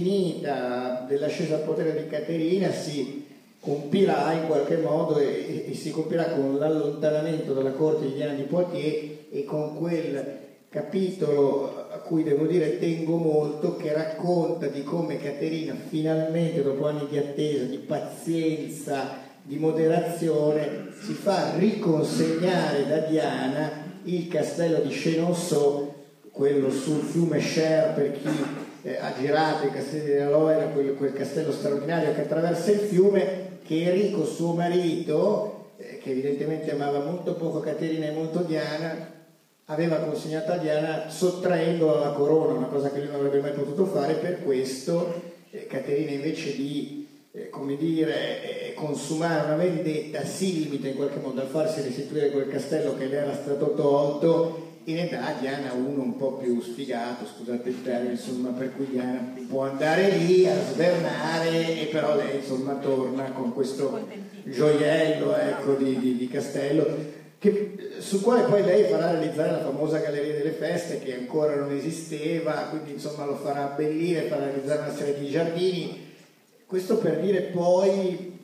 infinita dell'ascesa al potere di Caterina si compirà in qualche modo, e, e, e si compirà con l'allontanamento dalla corte di Diana di Poitiers e con quel capitolo a cui devo dire tengo molto, che racconta di come Caterina finalmente, dopo anni di attesa, di pazienza, di moderazione, si fa riconsegnare da Diana il castello di Chenonceau, quello sul fiume Cher, per chi eh, ha girato i castelli della Loira, quel, quel castello straordinario che attraversa il fiume, che Enrico, suo marito, eh, che evidentemente amava molto poco Caterina e molto Diana, aveva consegnato a Diana sottraendola alla corona, una cosa che lui non avrebbe mai potuto fare. Per questo eh, Caterina, invece di eh, come dire, eh, consumare una vendetta, si limita in qualche modo a farsi restituire quel castello che le era stato tolto, in età Diana uno un po' più sfigato, scusate il termine, insomma, per cui Diana può andare lì a svernare, e però lei insomma torna con questo gioiello, ecco, di, di, di castello, che, sul quale poi lei farà realizzare la famosa Galleria delle Feste, che ancora non esisteva, quindi insomma lo farà abbellire, farà realizzare una serie di giardini. Questo per dire poi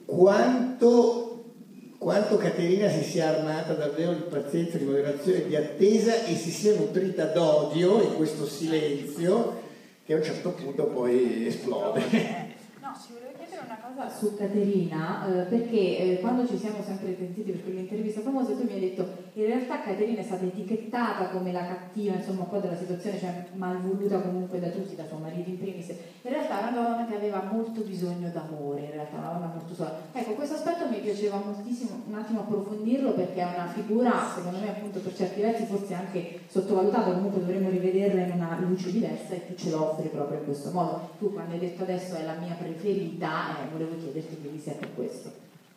quanto quanto Caterina si sia armata davvero di pazienza, di moderazione, di attesa, e si sia nutrita d'odio in questo silenzio che a un certo punto poi esplode. No, ci volevo chiedere una cosa su Caterina, eh, perché eh, quando ci siamo sempre sentiti per quell'intervista famosa, tu mi hai detto in realtà Caterina è stata etichettata come la cattiva, insomma, un po' della situazione, cioè malvoluta comunque da tutti, da suo marito in primis. In realtà era una donna che aveva molto bisogno d'amore, in realtà una donna molto sola. Ecco, questo aspetto mi piaceva moltissimo un attimo approfondirlo, perché è una figura, secondo me, appunto, per certi versi forse anche sottovalutata, comunque dovremmo rivederla in una luce diversa, e tu ce lo offri proprio in questo modo. Tu quando hai detto adesso è la mia preferita, eh, volevo chiederti che sia per questo.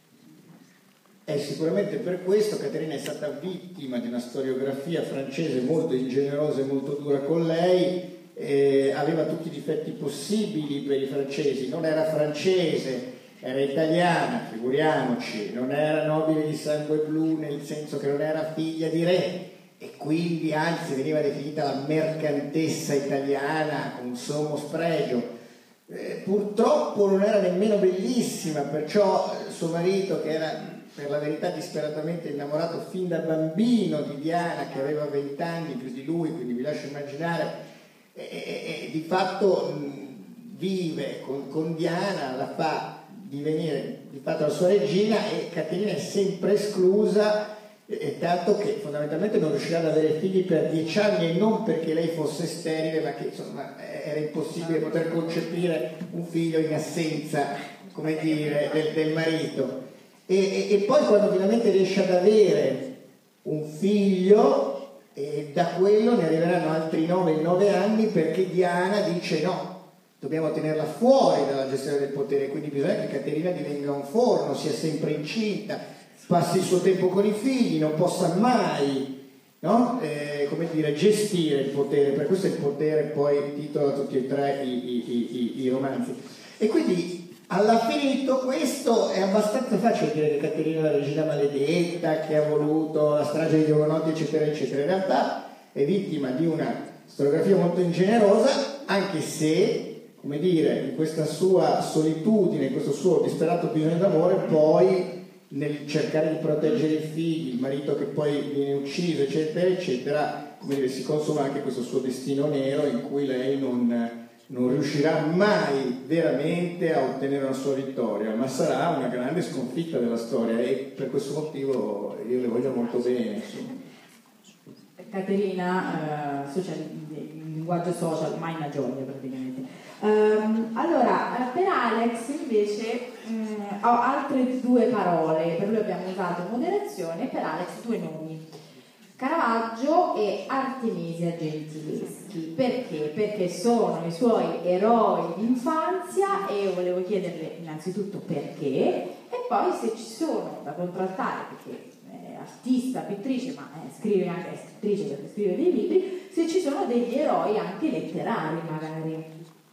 È sicuramente per questo. Caterina è stata vittima di una storiografia francese molto ingenerosa e molto dura con lei, eh, aveva tutti i difetti possibili per i francesi, non era francese, era italiana, figuriamoci, non era nobile di sangue blu nel senso che non era figlia di re, e quindi anzi veniva definita la mercantessa italiana con sommo spregio. Eh, purtroppo non era nemmeno bellissima, perciò suo marito, che era per la verità disperatamente innamorato fin da bambino di Diana, che aveva vent'anni più di lui, quindi vi lascio immaginare, e, e, e di fatto mh, vive con, con Diana, la fa divenire di fatto la sua regina, e Caterina è sempre esclusa, e, e tanto che fondamentalmente non riuscirà ad avere figli per dieci anni, e non perché lei fosse sterile, ma che insomma era impossibile poter concepire un figlio in assenza, come dire, del, del marito. E, e, e poi quando finalmente riesce ad avere un figlio, e da quello ne arriveranno altri nove in nove anni, perché Diana dice no, dobbiamo tenerla fuori dalla gestione del potere, quindi bisogna che Caterina divenga un forno, sia sempre incinta, passi il suo tempo con i figli, non possa mai, no? eh, come dire, gestire il potere. Per questo il potere poi titola tutti e tre i, i, i, i romanzi. E quindi alla fine di tutto questo è abbastanza facile dire che Caterina è la regina maledetta, che ha voluto la strage di Hugonotti, eccetera, eccetera. In realtà è vittima di una storiografia molto ingenerosa, anche se, come dire, in questa sua solitudine, in questo suo disperato bisogno d'amore, poi nel cercare di proteggere i figli, il marito che poi viene ucciso, eccetera, eccetera, come dire, si consuma anche questo suo destino nero in cui lei non... non riuscirà mai veramente a ottenere una sua vittoria, ma sarà una grande sconfitta della storia, e per questo motivo io le voglio molto bene. Caterina, eh, social, il linguaggio social, mai una gioia praticamente. Um, allora, per Alex invece um, ho altre due parole, per lui abbiamo usato moderazione, e per Alex due nomi. Caravaggio e Artemisia Gentileschi. Perché? Perché sono i suoi eroi d'infanzia, e io volevo chiederle innanzitutto perché, e poi se ci sono da contrastare, perché è artista, pittrice, ma è, scrive anche, è scrittrice perché scrive dei libri, se ci sono degli eroi anche letterari magari.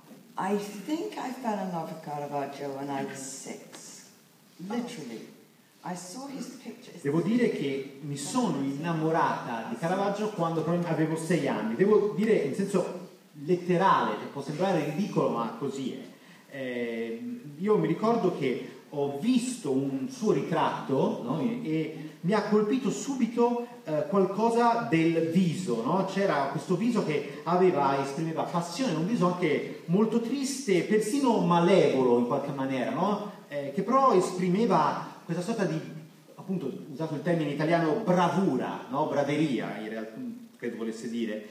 I think I fell in love with Caravaggio when I was six, literally. I saw his pictures. Devo dire che mi sono innamorata di Caravaggio quando avevo sei anni. Devo dire in senso letterale, che può sembrare ridicolo, ma così è. Eh, io mi ricordo che ho visto un suo ritratto, no? E mi ha colpito subito eh, qualcosa del viso, no? C'era questo viso che aveva, esprimeva passione, un viso anche molto triste, persino malevolo in qualche maniera, no? Eh, che però esprimeva questa sorta di, appunto, usato il termine italiano, bravura, no? Braveria, in realtà, credo volesse dire.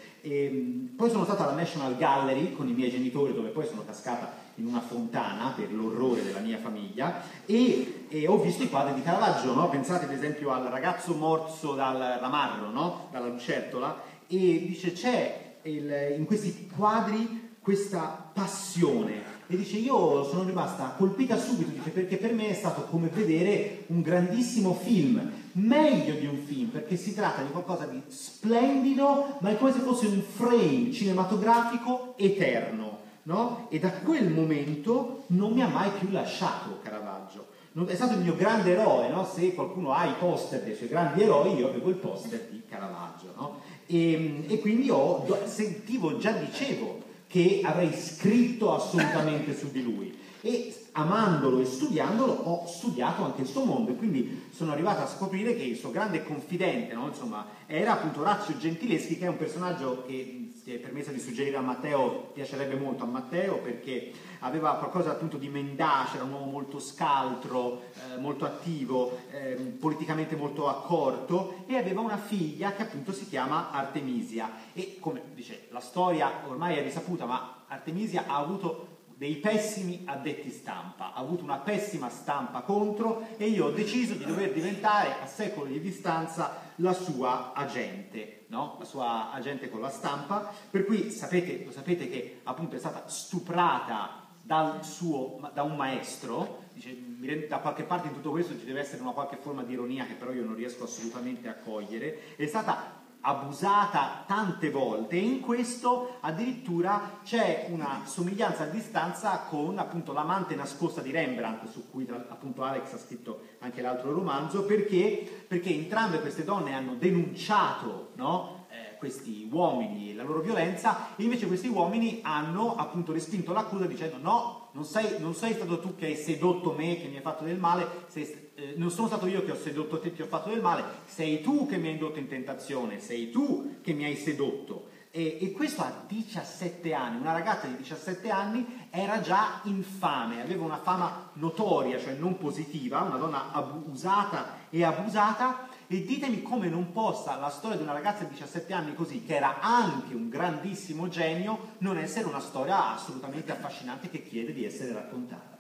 E poi sono stata alla National Gallery con i miei genitori, dove poi sono cascata in una fontana per l'orrore della mia famiglia, e, e ho visto i quadri di Caravaggio, no? Pensate ad esempio al ragazzo morso dal ramarro, no? Dalla lucertola, e dice c'è il, in questi quadri questa passione, e dice io sono rimasta colpita subito, dice, perché per me è stato come vedere un grandissimo film, meglio di un film, perché si tratta di qualcosa di splendido, ma è come se fosse un frame cinematografico eterno, no? E da quel momento non mi ha mai più lasciato Caravaggio. È stato il mio grande eroe, no? Se qualcuno ha i poster dei suoi grandi eroi, io avevo il poster di Caravaggio, no? E, e quindi io sentivo, già dicevo, che avrei scritto assolutamente su di lui, e amandolo e studiandolo ho studiato anche il suo mondo, e quindi sono arrivato a scoprire che il suo grande confidente, no? Insomma, era appunto Orazio Gentileschi, che è un personaggio che, si è permesso di suggerire a Matteo, piacerebbe molto a Matteo, perché aveva qualcosa appunto di mendace, era un uomo molto scaltro, eh, molto attivo, eh, politicamente molto accorto, e aveva una figlia che appunto si chiama Artemisia, e come dice la storia ormai è risaputa, ma Artemisia ha avuto dei pessimi addetti stampa, ha avuto una pessima stampa contro, e io ho deciso di dover diventare a secoli di distanza la sua agente, no? La sua agente con la stampa, per cui sapete, lo sapete che appunto è stata stuprata dal suo, da un maestro. Dice, da qualche parte in tutto questo ci deve essere una qualche forma di ironia che però io non riesco assolutamente a cogliere. È stata abusata tante volte, e in questo addirittura c'è una somiglianza a distanza con appunto l'amante nascosta di Rembrandt, su cui appunto Alex ha scritto anche l'altro romanzo, perché, perché entrambe queste donne hanno denunciato, no? eh, questi uomini e la loro violenza, e invece questi uomini hanno appunto respinto l'accusa dicendo no, non sei, non sei stato tu che hai sedotto me, che mi hai fatto del male, sei, eh, non sono stato io che ho sedotto te, che ho fatto del male, sei tu che mi hai indotto in tentazione, sei tu che mi hai sedotto. E, e questo a diciassette anni, una ragazza di diciassette anni era già infame, aveva una fama notoria, cioè non positiva, una donna abusata e abusata. E ditemi come non possa la storia di una ragazza di diciassette anni così, che era anche un grandissimo genio, non essere una storia assolutamente affascinante che chiede di essere raccontata.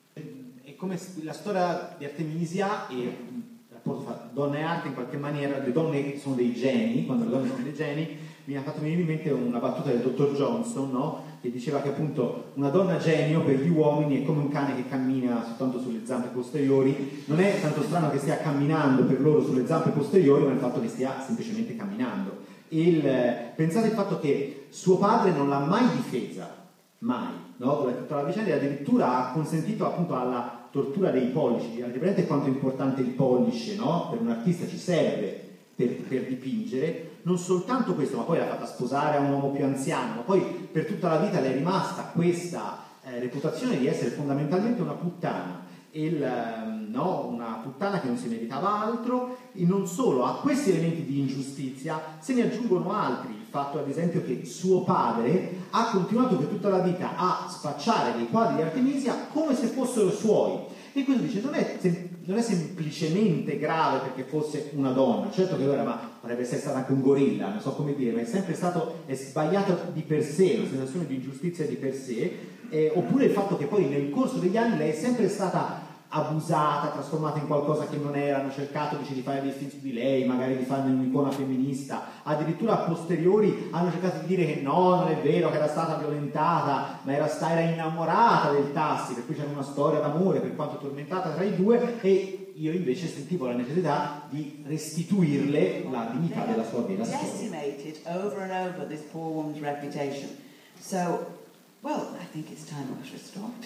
È come la storia di Artemisia e il rapporto fra donna e arte, in qualche maniera, le donne sono dei geni, quando le donne sono dei geni, mi ha fatto venire in mente una battuta del dottor Johnson, no? Che diceva che appunto una donna genio per gli uomini è come un cane che cammina soltanto sulle zampe posteriori. Non è tanto strano che stia camminando per loro sulle zampe posteriori, ma il fatto che stia semplicemente camminando. Il, pensate al fatto che suo padre non l'ha mai difesa, mai, no? Durante tutta la vicenda, e addirittura ha consentito appunto alla tortura dei pollici. Avete presente quanto è importante il pollice, no? Per un artista ci serve per, per dipingere. Non soltanto questo, ma poi l'ha fatta sposare a un uomo più anziano, ma poi per tutta la vita le è rimasta questa eh, reputazione di essere fondamentalmente una puttana. Il, no, una puttana che non si meritava altro, e non solo a questi elementi di ingiustizia se ne aggiungono altri. Il fatto ad esempio che suo padre ha continuato per tutta la vita a spacciare dei quadri di Artemisia come se fossero suoi, e questo dice non è, non è semplicemente grave perché fosse una donna, certo che ora ma potrebbe essere stata anche un gorilla, non so come dire, ma è sempre stato, è sbagliato di per sé, una sensazione di ingiustizia di per sé. Eh, oppure il fatto che poi nel corso degli anni lei è sempre stata abusata, trasformata in qualcosa che non era, hanno cercato dice, di fare dei film su di lei, magari di fare un'icona femminista, addirittura a posteriori hanno cercato di dire che no, non è vero che era stata violentata, ma era, sta, era innamorata del Tassi, per cui c'era una storia d'amore per quanto tormentata tra i due, e io invece sentivo la necessità di restituirle la dignità della sua vera storia. Decimated over and over this poor woman's reputation. So well, I think it's time I should start.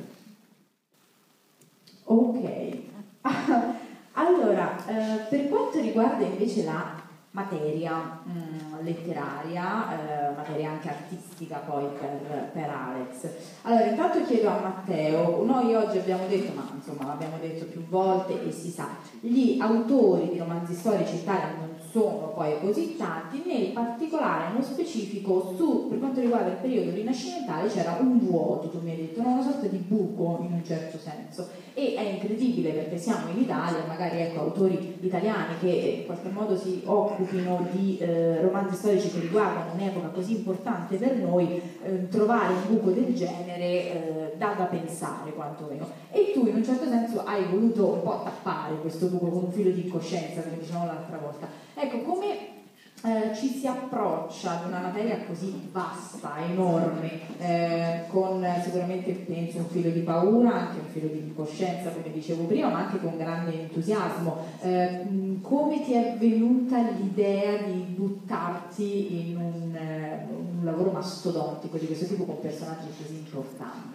Ok, allora, eh, per quanto riguarda invece la materia mh, letteraria, eh, materia anche artistica poi per, per Alex, allora intanto chiedo a Matteo, noi oggi abbiamo detto, ma insomma l'abbiamo detto più volte e si sa, gli autori di romanzi storici italiani non sono poi così tanti, nel particolare, nello specifico, su, per quanto riguarda il periodo rinascimentale c'era un vuoto, tu mi hai detto, una sorta di buco in un certo senso, e è incredibile perché siamo in Italia, magari ecco autori italiani che in qualche modo si occupino di eh, romanzi storici che riguardano un'epoca così importante per noi, eh, trovare un buco del genere eh, dà da pensare quantomeno, e tu in un certo senso hai voluto un po' tappare questo buco con un filo di incoscienza, come dicevamo l'altra volta. Ecco, come eh, ci si approccia ad una materia così vasta, enorme, eh, con sicuramente penso un filo di paura, anche un filo di incoscienza, come dicevo prima, ma anche con grande entusiasmo. Eh, come ti è venuta l'idea di buttarti in un, eh, un lavoro mastodontico di questo tipo con personaggi così importanti?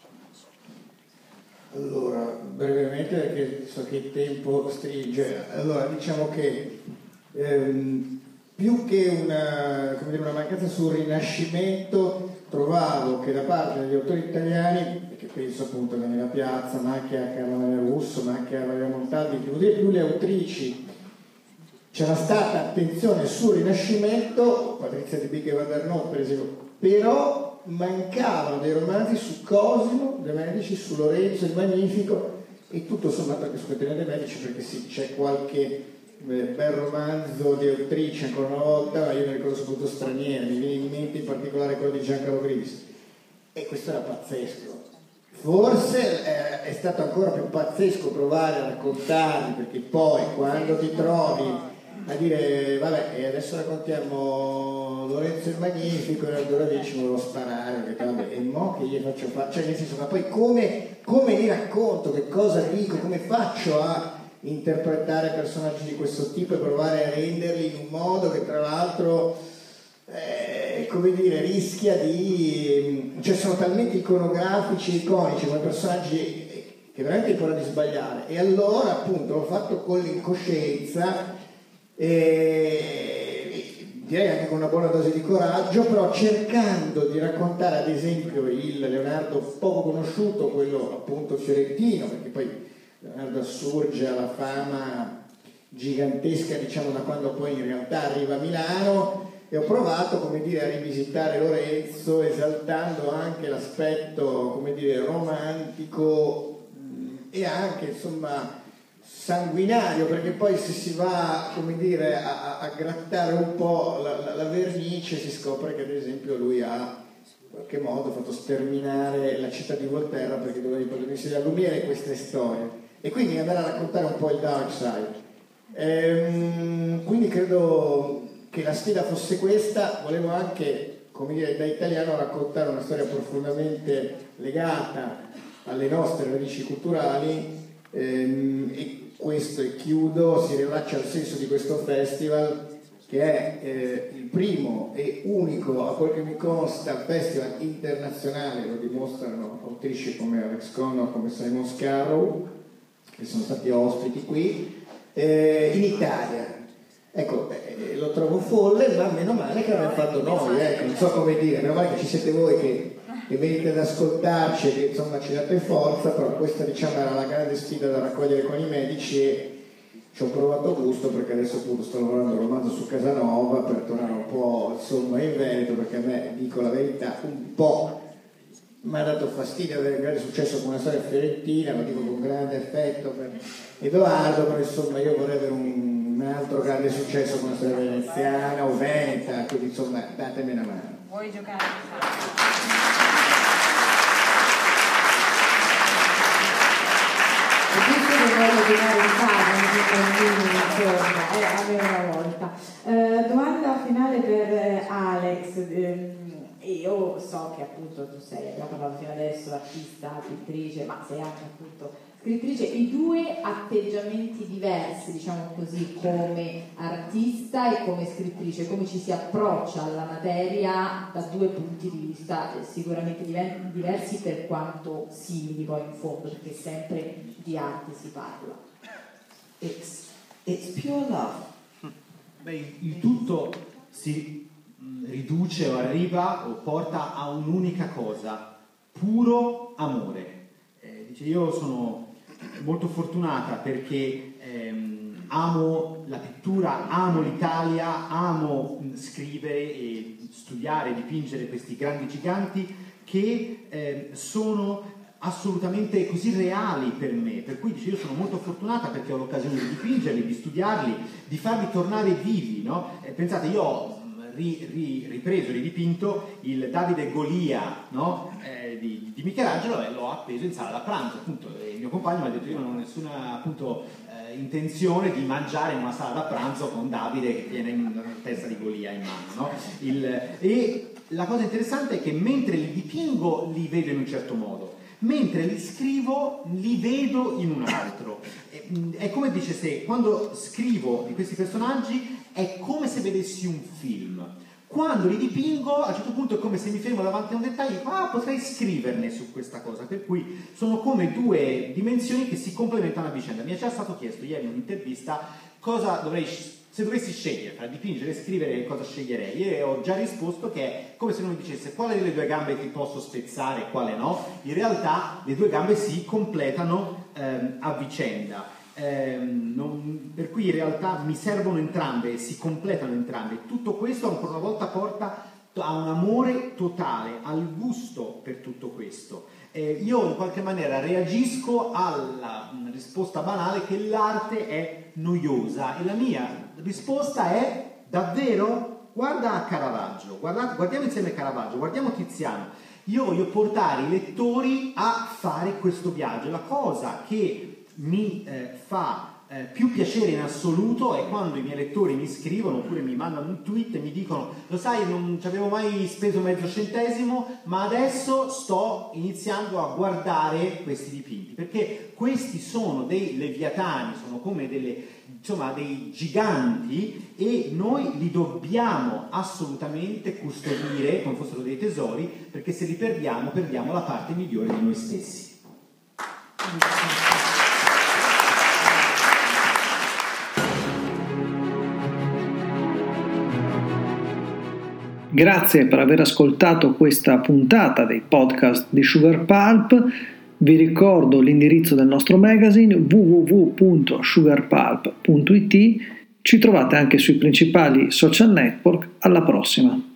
Allora, brevemente perché so che il tempo stringe. Allora, diciamo che ehm, più che una, come dire, una mancanza sul Rinascimento, trovavo che da parte degli autori italiani, perché penso appunto a Daniela Piazza, ma anche a Carla Maria Russo, ma anche a Maria Montaldi, devo dire più le autrici, c'era stata attenzione sul Rinascimento, Patrizia Di Bicche e Vadernò per esempio, però mancavano dei romanzi su Cosimo de' Medici, su Lorenzo il Magnifico e tutto sommato anche su Caterina de' Medici, perché sì, c'è qualche eh, bel romanzo di autrice ancora una volta, ma io ne ricordo soprattutto straniere, mi viene in mente in particolare quello di Giancarlo Grivis, e questo era pazzesco. Forse eh, è stato ancora più pazzesco provare a raccontarli, perché poi quando ti trovi a dire vabbè e adesso raccontiamo Lorenzo il Magnifico e allora dici volevo sparare perché vabbè e mo che gli faccio fare, cioè nel senso, ma poi come, come li racconto, che cosa dico, come faccio a interpretare personaggi di questo tipo e provare a renderli in un modo che tra l'altro eh, come dire rischia di, cioè sono talmente iconografici e iconici come personaggi che veramente hai paura di sbagliare, e allora appunto l'ho fatto con l'incoscienza e direi anche con una buona dose di coraggio, però cercando di raccontare ad esempio il Leonardo poco conosciuto, quello appunto fiorentino, perché poi Leonardo assurge alla fama gigantesca diciamo da quando poi in realtà arriva a Milano, e ho provato come dire a rivisitare Lorenzo esaltando anche l'aspetto come dire romantico e anche insomma sanguinario, perché poi se si va come dire a, a grattare un po' la, la, la vernice si scopre che ad esempio lui ha in qualche modo fatto sterminare la città di Volterra perché doveva i protagonisti della Lumiere e queste storie, e quindi andare a raccontare un po' il dark side. Ehm, quindi credo che la sfida fosse questa. Volevo anche come dire da italiano raccontare una storia profondamente legata alle nostre radici culturali, ehm, e questo, e chiudo, si rilaccia al senso di questo festival, che è eh, il primo e unico, a quel che mi consta, festival internazionale, lo dimostrano autrici come Alex Conner, come Simon Scarrow, che sono stati ospiti qui, eh, in Italia. Ecco, eh, lo trovo folle, ma meno male che l'abbiamo fatto noi, ecco, non so come dire, meno male che ci siete voi che, che venite ad ascoltarci e che insomma ci date forza, però questa diciamo era la grande sfida da raccogliere con i medici e ci ho provato gusto perché adesso appunto sto lavorando un romanzo su Casanova per tornare un po' insomma in Veneto, perché a me, dico la verità, un po' mi ha dato fastidio avere un grande successo con una storia fiorentina, lo dico con grande affetto per Edoardo, però insomma io vorrei avere un un altro grande successo con la storia veneziana o veneta, quindi insomma datemi una mano. Vuoi giocare? E visto che voglio giocare in casa, insomma, eh, avere una volta. Eh, domanda finale per Alex. Eh, io so che appunto tu sei, abbiamo parlato fino adesso, artista, pittrice, ma sei anche appunto scrittrice, i due atteggiamenti diversi, diciamo così, come artista e come scrittrice, come ci si approccia alla materia da due punti di vista sicuramente diversi per quanto simili poi in fondo, perché sempre di arte si parla. It's, it's pure love. Beh, il tutto si riduce o arriva o porta a un'unica cosa, puro amore. Eh, dice, io sono molto fortunata perché ehm, amo la pittura, amo l'Italia, amo scrivere e studiare, dipingere questi grandi giganti che eh, sono assolutamente così reali per me, per cui dice, io sono molto fortunata perché ho l'occasione di dipingerli, di studiarli, di farli tornare vivi, no? Eh, pensate, io ho ri, ri, ripreso, ridipinto il Davide Golia, no? eh, di, di Michelangelo e l'ho appeso in sala da pranzo, appunto, e il mio compagno mi ha detto io non ho nessuna appunto eh, intenzione di mangiare in una sala da pranzo con Davide che tiene una testa di Golia in mano, no? il, e la cosa interessante è che mentre li dipingo li vedo in un certo modo, mentre li scrivo li vedo in un altro. È come dice se quando scrivo di questi personaggi è come se vedessi un film, quando li dipingo a un certo punto è come se mi fermo davanti a un dettaglio e dico ah potrei scriverne su questa cosa, per cui sono come due dimensioni che si complementano a vicenda. Mi è già stato chiesto ieri in un'intervista cosa dovrei, se dovessi scegliere tra dipingere e scrivere cosa sceglierei, e ho già risposto che è come se uno mi dicesse quale delle due gambe ti posso spezzare e quale no. In realtà le due gambe si completano ehm, a vicenda, ehm, non, per cui in realtà mi servono entrambe e si completano entrambe. Tutto questo ancora una volta porta a un amore totale, al gusto per tutto questo. Eh, io in qualche maniera reagisco alla risposta banale che l'arte è noiosa, e la mia risposta è davvero guarda Caravaggio, guardate, guardiamo insieme Caravaggio, guardiamo Tiziano. Io voglio portare i lettori a fare questo viaggio. La cosa che mi eh, fa eh, più piacere in assoluto è quando i miei lettori mi scrivono oppure mi mandano un tweet e mi dicono lo sai non ci avevo mai speso mezzo centesimo ma adesso sto iniziando a guardare questi dipinti, perché questi sono dei leviatani, sono come delle, insomma, dei giganti, e noi li dobbiamo assolutamente custodire come fossero dei tesori, perché se li perdiamo perdiamo la parte migliore di noi stessi. Grazie per aver ascoltato questa puntata dei podcast di Sugar Pulp. Vi ricordo l'indirizzo del nostro magazine w w w punto sugar pulp punto i t. Ci trovate anche sui principali social network. Alla prossima!